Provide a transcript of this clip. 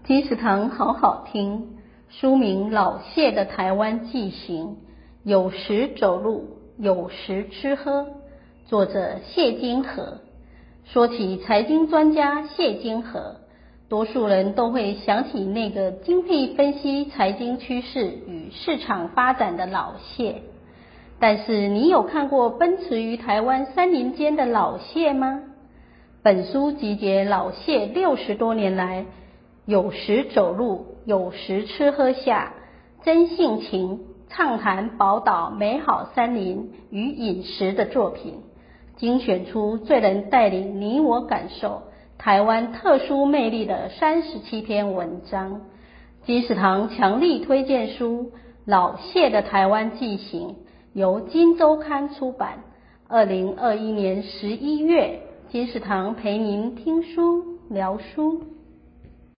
金石堂好好听，书名《老谢的台湾纪行》，有时走路，有时吃喝，作者谢金河。说起财经专家谢金河，多数人都会想起那个精辟分析财经趋势与市场发展的老谢。但是你有看过奔驰于台湾山林间的老谢吗？本书集结老谢60多年来有时走路，有时吃喝下真性情畅谈宝岛美好山林与饮食的作品，精选出最能带领你我感受台湾特殊魅力的37篇文章。金石堂强力推荐书《老谢的台湾纪行》，由金周刊出版。2021年11月，金石堂陪您听书聊书。